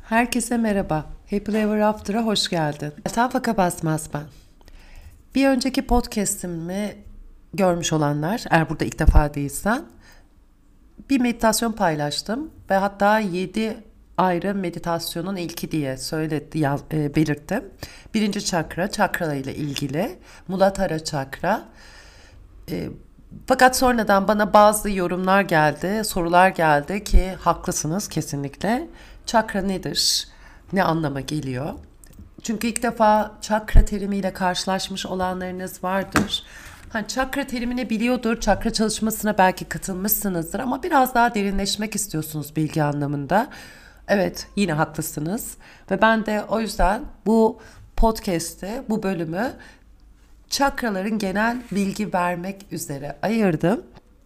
Herkese merhaba. Happy Ever After'a hoş geldin. Meltem Faka Basmaz ben. Bir önceki podcast'imi görmüş olanlar, eğer burada ilk defa değilsen, bir meditasyon paylaştım ve hatta 7 ayrı meditasyonun ilki diye belirttim. Birinci çakra, çakra ile ilgili, Muladhara çakra. Fakat sonradan bana bazı yorumlar geldi, sorular geldi ki haklısınız kesinlikle. Çakra nedir? Ne anlama geliyor? Çünkü ilk defa çakra terimiyle karşılaşmış olanlarınız vardır. Hani çakra terimini biliyordur, çakra çalışmasına belki katılmışsınızdır ama biraz daha derinleşmek istiyorsunuz bilgi anlamında. Evet, yine haklısınız. Ve ben de o yüzden bu podcast'i, bu bölümü çakraların genel bilgi vermek üzere ayırdım.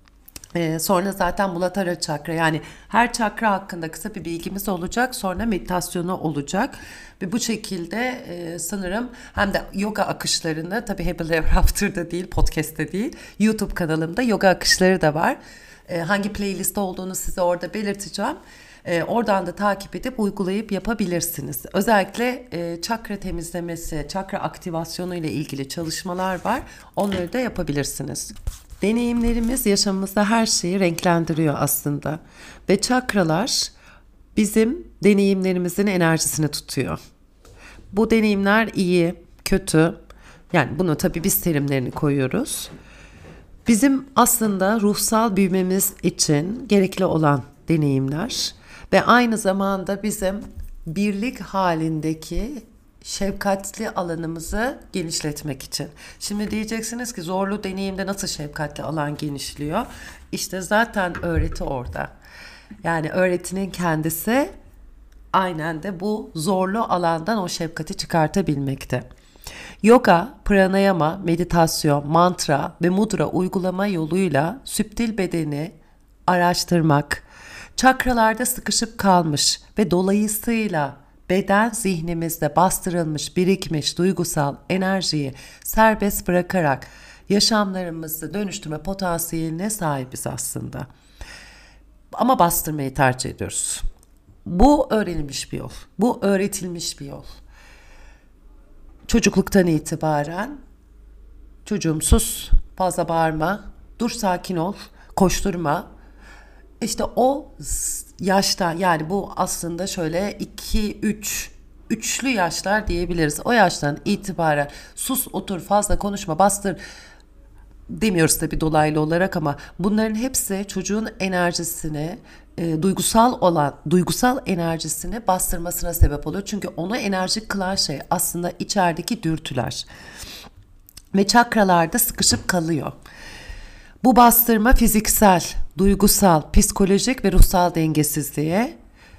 Sonra zaten Muladhara çakra, yani her çakra hakkında kısa bir bilgimiz olacak. Sonra meditasyonu olacak. Ve bu şekilde sanırım hem de yoga akışlarını, tabii Happy Ever After'da değil, podcast'te değil, YouTube kanalımda yoga akışları da var. Hangi playlist olduğunu size orada belirteceğim. Oradan da takip edip uygulayıp yapabilirsiniz. Özellikle çakra temizlemesi, çakra aktivasyonu ile ilgili çalışmalar var. Onları da yapabilirsiniz. Deneyimlerimiz yaşamımızda her şeyi renklendiriyor aslında. Ve çakralar bizim deneyimlerimizin enerjisini tutuyor. Bu deneyimler iyi, kötü. Yani bunu tabii biz terimlerini koyuyoruz. Bizim aslında ruhsal büyümemiz için gerekli olan deneyimler ve aynı zamanda bizim birlik halindeki şefkatli alanımızı genişletmek için. Şimdi diyeceksiniz ki zorlu deneyimde nasıl şefkatli alan genişliyor? İşte zaten öğreti orada. Yani öğretinin kendisi aynen de bu zorlu alandan o şefkati çıkartabilmekte. Yoga, pranayama, meditasyon, mantra ve mudra uygulama yoluyla süptil bedeni araştırmak, çakralarda sıkışıp kalmış ve dolayısıyla beden zihnimizde bastırılmış, birikmiş duygusal enerjiyi serbest bırakarak yaşamlarımızı dönüştürme potansiyeline sahibiz aslında. Ama bastırmayı tercih ediyoruz. Bu öğrenilmiş bir yol. Bu öğretilmiş bir yol. Çocukluktan itibaren çocuğum sus, fazla bağırma, dur sakin ol, koşturma. İşte o yaşta, yani bu aslında şöyle üçlü yaşlar diyebiliriz. O yaştan itibaren sus, otur, fazla konuşma, bastır demiyoruz tabii dolaylı olarak ama bunların hepsi çocuğun enerjisini, duygusal enerjisini bastırmasına sebep oluyor. Çünkü onu enerjik kılan şey aslında içerideki dürtüler ve çakralarda sıkışıp kalıyor. Bu bastırma fiziksel, duygusal, psikolojik ve ruhsal dengesizliğe,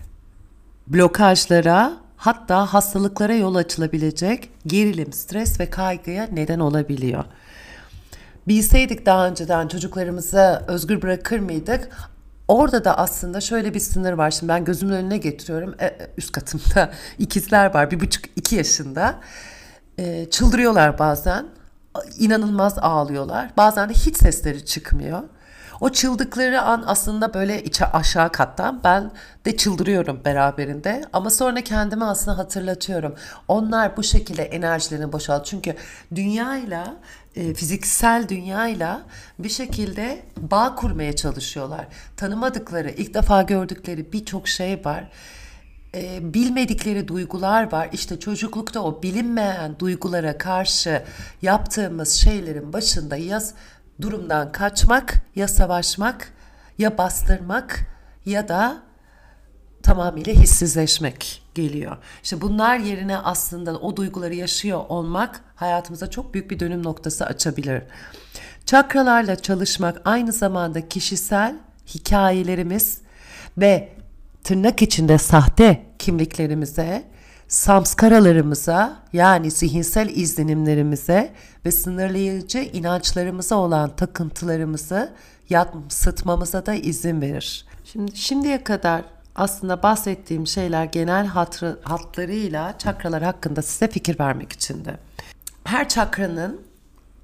blokajlara, hatta hastalıklara yol açılabilecek gerilim, stres ve kaygıya neden olabiliyor. Bilseydik daha önceden çocuklarımızı özgür bırakır mıydık? Orada da aslında şöyle bir sınır var. Şimdi ben gözümün önüne getiriyorum. Üst katımda ikizler var. 1,5-2 yaşında. Çıldırıyorlar bazen. İnanılmaz ağlıyorlar. Bazen de hiç sesleri çıkmıyor. O çıldıkları an aslında böyle aşağı kattan ben de çıldırıyorum beraberinde. Ama sonra kendime aslında hatırlatıyorum. Onlar bu şekilde enerjilerini boşalt. Çünkü dünyayla, fiziksel dünyayla bir şekilde bağ kurmaya çalışıyorlar. Tanımadıkları, ilk defa gördükleri birçok şey var. Bilmedikleri duygular var. İşte çocuklukta o bilinmeyen duygulara karşı yaptığımız şeylerin başında ya durumdan kaçmak, ya savaşmak, ya bastırmak ya da tamamıyla hissizleşmek geliyor. İşte bunlar yerine aslında o duyguları yaşıyor olmak hayatımıza çok büyük bir dönüm noktası açabilir. Çakralarla çalışmak aynı zamanda kişisel hikayelerimiz ve tırnak içinde sahte kimliklerimize, samskaralarımıza, yani zihinsel izlenimlerimize ve sınırlayıcı inançlarımıza olan takıntılarımızı yansıtmamıza da izin verir. Şimdiye kadar aslında bahsettiğim şeyler genel hatlarıyla çakralar hakkında size fikir vermek içindi. Her çakranın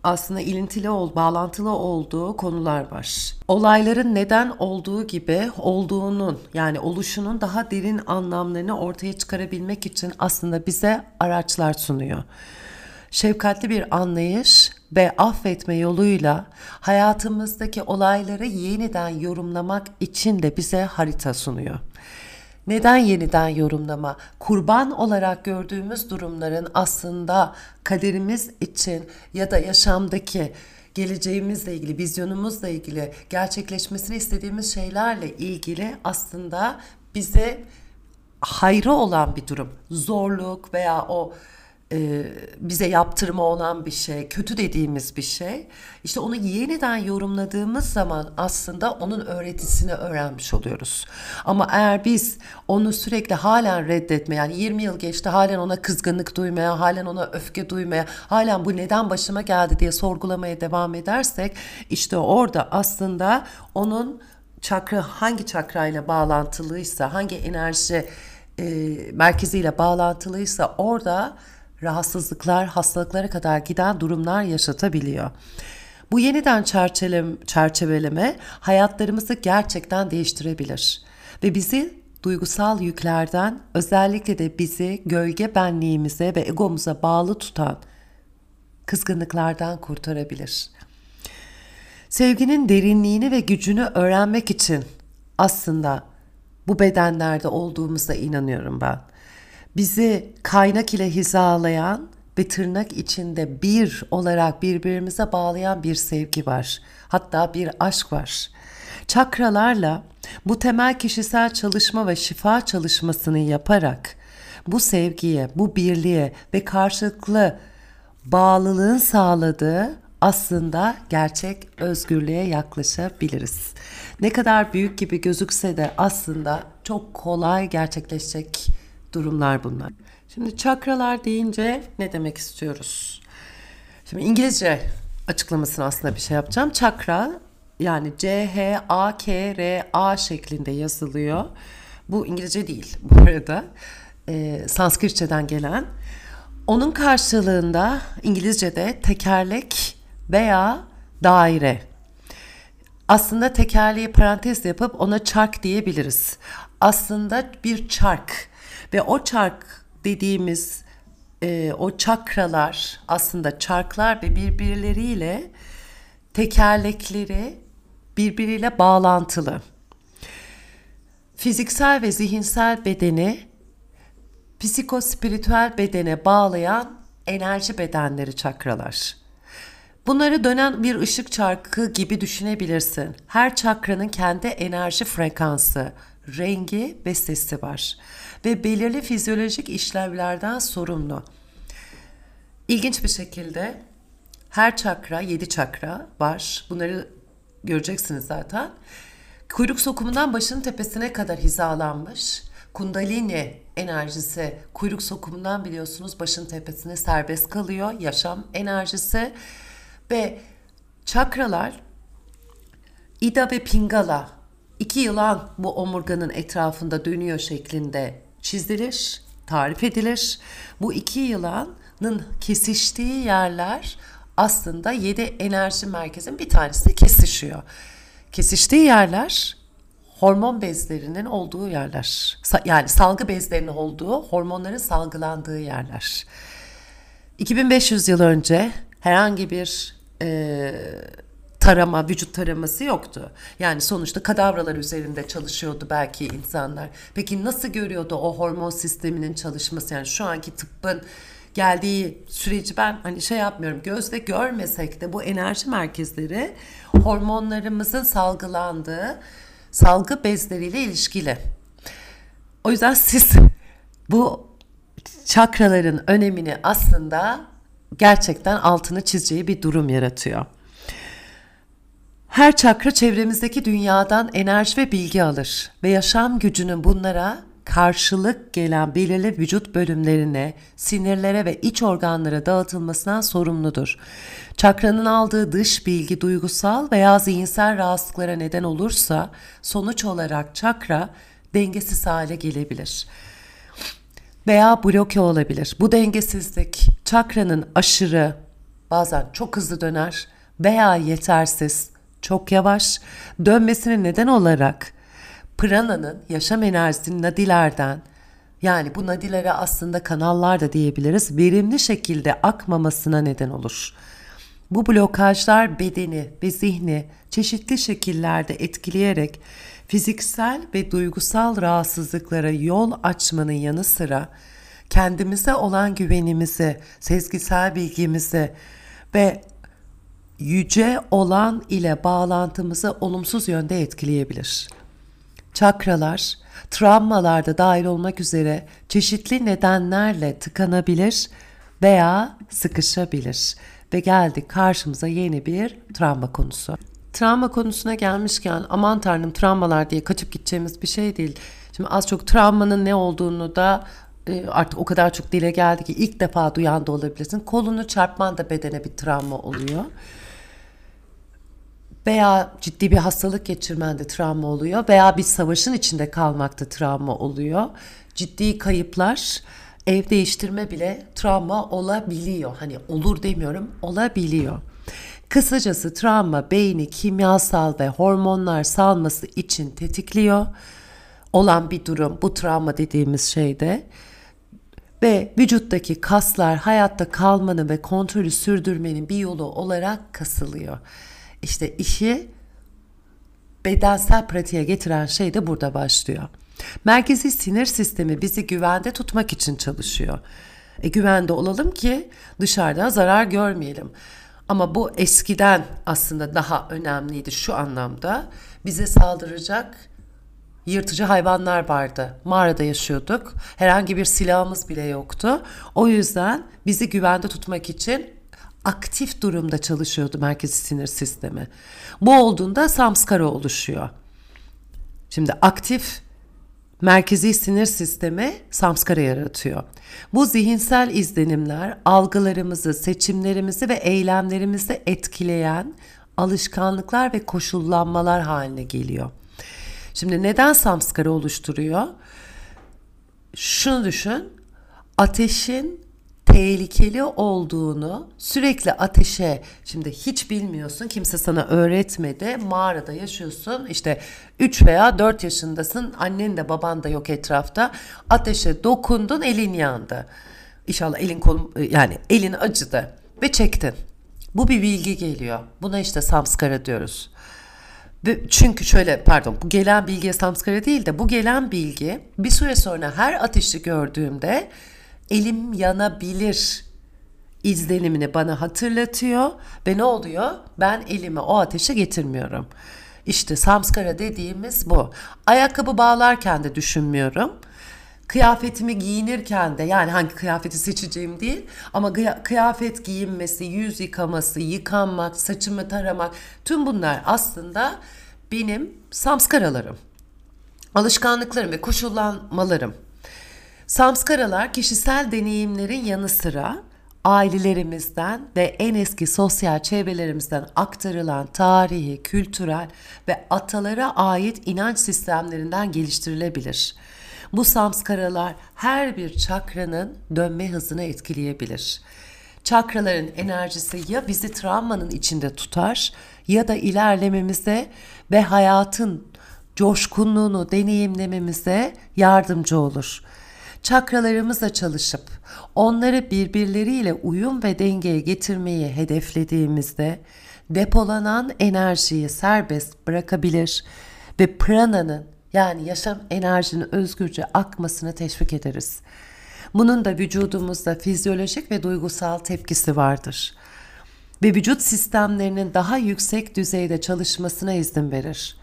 aslında bağlantılı olduğu konular var. Olayların neden olduğu gibi olduğunun, yani oluşunun daha derin anlamlarını ortaya çıkarabilmek için aslında bize araçlar sunuyor. Şefkatli bir anlayış ve affetme yoluyla hayatımızdaki olayları yeniden yorumlamak için de bize harita sunuyor. Neden yeniden yorumlama? Kurban olarak gördüğümüz durumların aslında kaderimiz için ya da yaşamdaki geleceğimizle ilgili, vizyonumuzla ilgili, gerçekleşmesini istediğimiz şeylerle ilgili aslında bize hayrı olan bir durum. Zorluk veya o bize yaptırımı olan bir şey, kötü dediğimiz bir şey. İşte onu yeniden yorumladığımız zaman aslında onun öğretisini öğrenmiş oluyoruz. Ama eğer biz onu sürekli halen reddetmeye, yani 20 yıl geçti halen ona kızgınlık duymaya, halen ona öfke duymaya, halen bu neden başıma geldi diye sorgulamaya devam edersek, işte orada aslında onun hangi çakrayla bağlantılıysa, hangi enerji merkeziyle bağlantılıysa orada rahatsızlıklar, hastalıklara kadar giden durumlar yaşatabiliyor. Bu yeniden çerçeveleme hayatlarımızı gerçekten değiştirebilir ve bizi duygusal yüklerden, özellikle de bizi gölge benliğimize ve egomuza bağlı tutan kızgınlıklardan kurtarabilir. Sevginin derinliğini ve gücünü öğrenmek için aslında bu bedenlerde olduğumuza inanıyorum ben. Bizi kaynak ile hizalayan ve tırnak içinde bir olarak birbirimize bağlayan bir sevgi var. Hatta bir aşk var. Çakralarla bu temel kişisel çalışma ve şifa çalışmasını yaparak bu sevgiye, bu birliğe ve karşılıklı bağlılığın sağladığı aslında gerçek özgürlüğe yaklaşabiliriz. Ne kadar büyük gibi gözükse de aslında çok kolay gerçekleşecek durumlar bunlar. Şimdi çakralar deyince ne demek istiyoruz? Şimdi İngilizce açıklamasını aslında bir şey yapacağım. Çakra, yani CHAKRA şeklinde yazılıyor. Bu İngilizce değil bu arada. Sanskritçeden gelen. Onun karşılığında İngilizce'de tekerlek veya daire. Aslında tekerleği parantez yapıp ona çark diyebiliriz. Aslında bir çark ve o çark dediğimiz o çakralar aslında çarklar ve birbirleriyle tekerlekleri birbiriyle bağlantılı. Fiziksel ve zihinsel bedeni psikospiritüel bedene bağlayan enerji bedenleri çakralar. Bunları dönen bir ışık çarkı gibi düşünebilirsin. Her çakranın kendi enerji frekansı, rengi ve sesi var ve belirli fizyolojik işlevlerden sorumlu. İlginç bir şekilde her çakra, 7 çakra var. Bunları göreceksiniz zaten. Kuyruk sokumundan başın tepesine kadar hizalanmış. Kundalini enerjisi kuyruk sokumundan biliyorsunuz başın tepesine serbest kalıyor. Yaşam enerjisi ve çakralar Ida ve Pingala, 2 yılan bu omurganın etrafında dönüyor şeklinde çizilir, tarif edilir. Bu 2 yılanın kesiştiği yerler aslında 7 enerji merkezinin bir tanesi kesişiyor. Kesiştiği yerler hormon bezlerinin olduğu yerler. Yani salgı bezlerinin olduğu, hormonların salgılandığı yerler. 2500 yıl önce herhangi bir vücut taraması yoktu. Yani sonuçta kadavralar üzerinde çalışıyordu belki insanlar. Peki nasıl görüyordu o hormon sisteminin çalışması? Yani şu anki tıbbın geldiği süreci ben yapmıyorum. Gözle görmesek de bu enerji merkezleri hormonlarımızın salgılandığı salgı bezleriyle ilişkili. O yüzden siz bu çakraların önemini aslında gerçekten altını çizeceği bir durum yaratıyor. Her çakra çevremizdeki dünyadan enerji ve bilgi alır ve yaşam gücünün bunlara karşılık gelen belirli vücut bölümlerine, sinirlere ve iç organlara dağıtılmasından sorumludur. Çakranın aldığı dış bilgi duygusal veya zihinsel rahatsızlıklara neden olursa sonuç olarak çakra dengesiz hale gelebilir veya bloke olabilir. Bu dengesizlik çakranın aşırı bazen çok hızlı döner veya yetersiz, çok yavaş. Dönmesine neden olarak prananın, yaşam enerjisinin nadilerden, yani bu nadilere aslında kanallar da diyebiliriz, verimli şekilde akmamasına neden olur. Bu blokajlar bedeni ve zihni çeşitli şekillerde etkileyerek fiziksel ve duygusal rahatsızlıklara yol açmanın yanı sıra kendimize olan güvenimizi, sezgisel bilgimizi ve yüce olan ile bağlantımızı olumsuz yönde etkileyebilir. Çakralar, travmalarda dahil olmak üzere çeşitli nedenlerle tıkanabilir veya sıkışabilir. Ve geldik karşımıza yeni bir travma konusu. Travma konusuna gelmişken aman tanrım travmalar diye kaçıp gideceğimiz bir şey değil. Şimdi az çok travmanın ne olduğunu da artık o kadar çok dile geldi ki ilk defa duyan da olabilirsin. Kolunu çarpman da bedene bir travma oluyor. Veya ciddi bir hastalık geçirmen de travma oluyor. Veya bir savaşın içinde kalmak da travma oluyor. Ciddi kayıplar, ev değiştirme bile travma olabiliyor. Hani olur demiyorum, olabiliyor. Kısacası travma beyni kimyasal ve hormonlar salması için tetikliyor. Olan bir durum bu travma dediğimiz şeyde. Ve vücuttaki kaslar hayatta kalmanın ve kontrolü sürdürmenin bir yolu olarak kasılıyor. İşte işi bedensel pratiğe getiren şey de burada başlıyor. Merkezi sinir sistemi bizi güvende tutmak için çalışıyor. Güvende olalım ki dışarıda zarar görmeyelim. Ama bu eskiden aslında daha önemliydi şu anlamda. Bize saldıracak yırtıcı hayvanlar vardı. Mağarada yaşıyorduk. Herhangi bir silahımız bile yoktu. O yüzden bizi güvende tutmak için aktif durumda çalışıyordu merkezi sinir sistemi. Bu olduğunda samskara oluşuyor. Şimdi aktif merkezi sinir sistemi samskara yaratıyor. Bu zihinsel izlenimler algılarımızı, seçimlerimizi ve eylemlerimizi etkileyen alışkanlıklar ve koşullanmalar haline geliyor. Şimdi neden samskara oluşturuyor? Şunu düşün, ateşin tehlikeli olduğunu sürekli ateşe, şimdi hiç bilmiyorsun, kimse sana öğretmedi, mağarada yaşıyorsun, işte 3 veya 4 yaşındasın, annen de baban da yok etrafta, ateşe dokundun, elin yandı. İnşallah elin kolun, yani elin acıdı ve çektin. Bu bir bilgi geliyor. Buna işte samskara diyoruz. Çünkü şöyle, pardon, bu gelen bilgiye samskara değil de bu gelen bilgi bir süre sonra her ateşi gördüğümde elim yanabilir izlenimini bana hatırlatıyor ve ne oluyor? Ben elimi o ateşe getirmiyorum. İşte samskara dediğimiz bu. Ayakkabı bağlarken de düşünmüyorum. Kıyafetimi giyinirken de, yani hangi kıyafeti seçeceğim değil ama kıyafet giyinmesi, yüz yıkaması, yıkanmak, saçımı taramak, tüm bunlar aslında benim samskaralarım, alışkanlıklarım ve koşullanmalarım. Samskaralar kişisel deneyimlerin yanı sıra ailelerimizden ve en eski sosyal çevrelerimizden aktarılan tarihi, kültürel ve atalara ait inanç sistemlerinden geliştirilebilir. Bu samskaralar her bir çakranın dönme hızını etkileyebilir. Çakraların enerjisi ya bizi travmanın içinde tutar ya da ilerlememize ve hayatın coşkunluğunu deneyimlememize yardımcı olur. Çakralarımızla çalışıp onları birbirleriyle uyum ve dengeye getirmeyi hedeflediğimizde depolanan enerjiyi serbest bırakabilir ve prananın, yani yaşam enerjinin özgürce akmasını teşvik ederiz. Bunun da vücudumuzda fizyolojik ve duygusal tepkisi vardır. Ve vücut sistemlerinin daha yüksek düzeyde çalışmasına izin verir.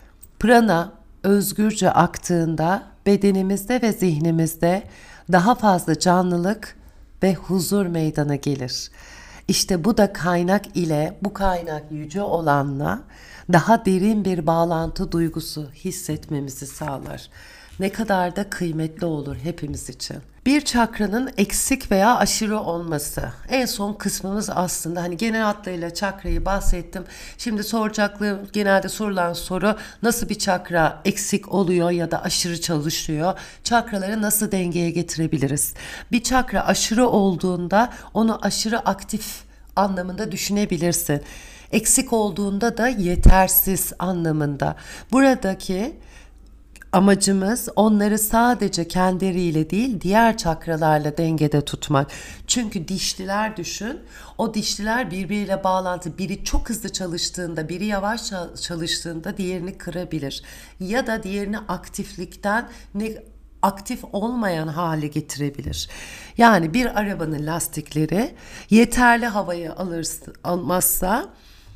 Prana özgürce aktığında bedenimizde ve zihnimizde daha fazla canlılık ve huzur meydana gelir. İşte bu da kaynak ile, bu kaynak yüce olanla daha derin bir bağlantı duygusu hissetmemizi sağlar. Ne kadar da kıymetli olur hepimiz için. Bir çakranın eksik veya aşırı olması. En son kısmımız aslında, hani genel hatlarıyla çakrayı bahsettim. Şimdi soracaklarım, genelde sorulan soru, nasıl bir çakra eksik oluyor ya da aşırı çalışıyor? Çakraları nasıl dengeye getirebiliriz? Bir çakra aşırı olduğunda onu aşırı aktif anlamında düşünebilirsin. Eksik olduğunda da yetersiz anlamında. Buradaki amacımız onları sadece kendileriyle değil diğer çakralarla dengede tutmak. Çünkü dişliler düşün. O dişliler birbiriyle bağlantı. Biri çok hızlı çalıştığında, biri yavaş çalıştığında diğerini kırabilir. Ya da diğerini aktiflikten aktif olmayan hale getirebilir. Yani bir arabanın lastikleri yeterli havayı almazsa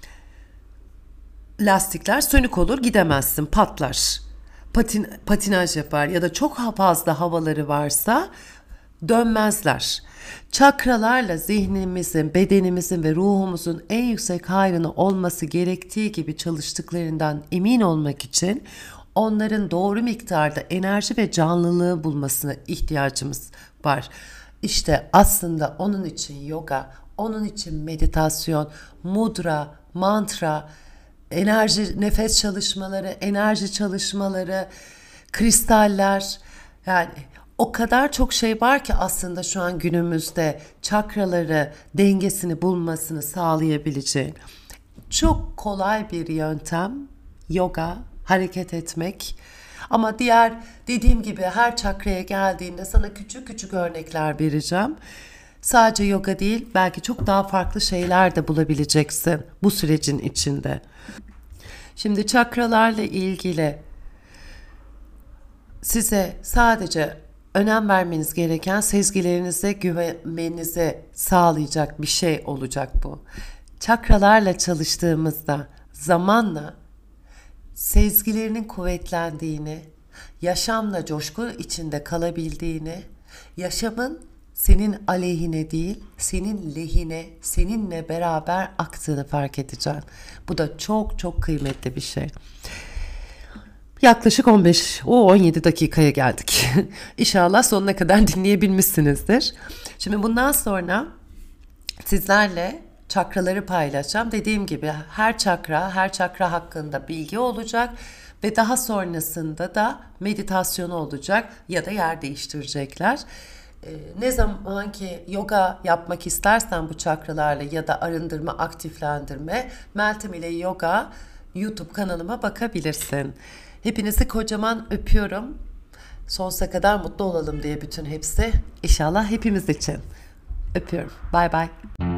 lastikler sönük olur, gidemezsin, patlar. Patinaj yapar ya da çok fazla havaları varsa dönmezler. Çakralarla zihnimizin, bedenimizin ve ruhumuzun en yüksek hayrını olması gerektiği gibi çalıştıklarından emin olmak için onların doğru miktarda enerji ve canlılığı bulmasına ihtiyacımız var. İşte aslında onun için yoga, onun için meditasyon, mudra, mantra, enerji, nefes çalışmaları, enerji çalışmaları, kristaller, yani o kadar çok şey var ki aslında şu an günümüzde çakraları dengesini bulmasını sağlayabileceğin çok kolay bir yöntem yoga, hareket etmek. Ama diğer dediğim gibi her çakraya geldiğinde sana küçük küçük örnekler vereceğim. Sadece yoga değil, belki çok daha farklı şeyler de bulabileceksin bu sürecin içinde. Şimdi çakralarla ilgili size sadece önem vermeniz gereken sezgilerinize güvenmenizi sağlayacak bir şey olacak bu. Çakralarla çalıştığımızda zamanla sezgilerinin kuvvetlendiğini, yaşamla coşku içinde kalabildiğini, yaşamın senin aleyhine değil, senin lehine, seninle beraber aktığını fark edeceksin. Bu da çok çok kıymetli bir şey. Yaklaşık 17 dakikaya geldik. İnşallah sonuna kadar dinleyebilmişsinizdir. Şimdi bundan sonra sizlerle çakraları paylaşacağım. Dediğim gibi her çakra hakkında bilgi olacak ve daha sonrasında da meditasyonu olacak ya da yer değiştirecekler. Ne zaman ki yoga yapmak istersen bu çakralarla ya da arındırma, aktiflendirme, Meltem ile Yoga YouTube kanalıma bakabilirsin. Hepinizi kocaman öpüyorum. Sonsuza kadar mutlu olalım diye bütün hepsi. İnşallah hepimiz için. Öpüyorum. Bye bye.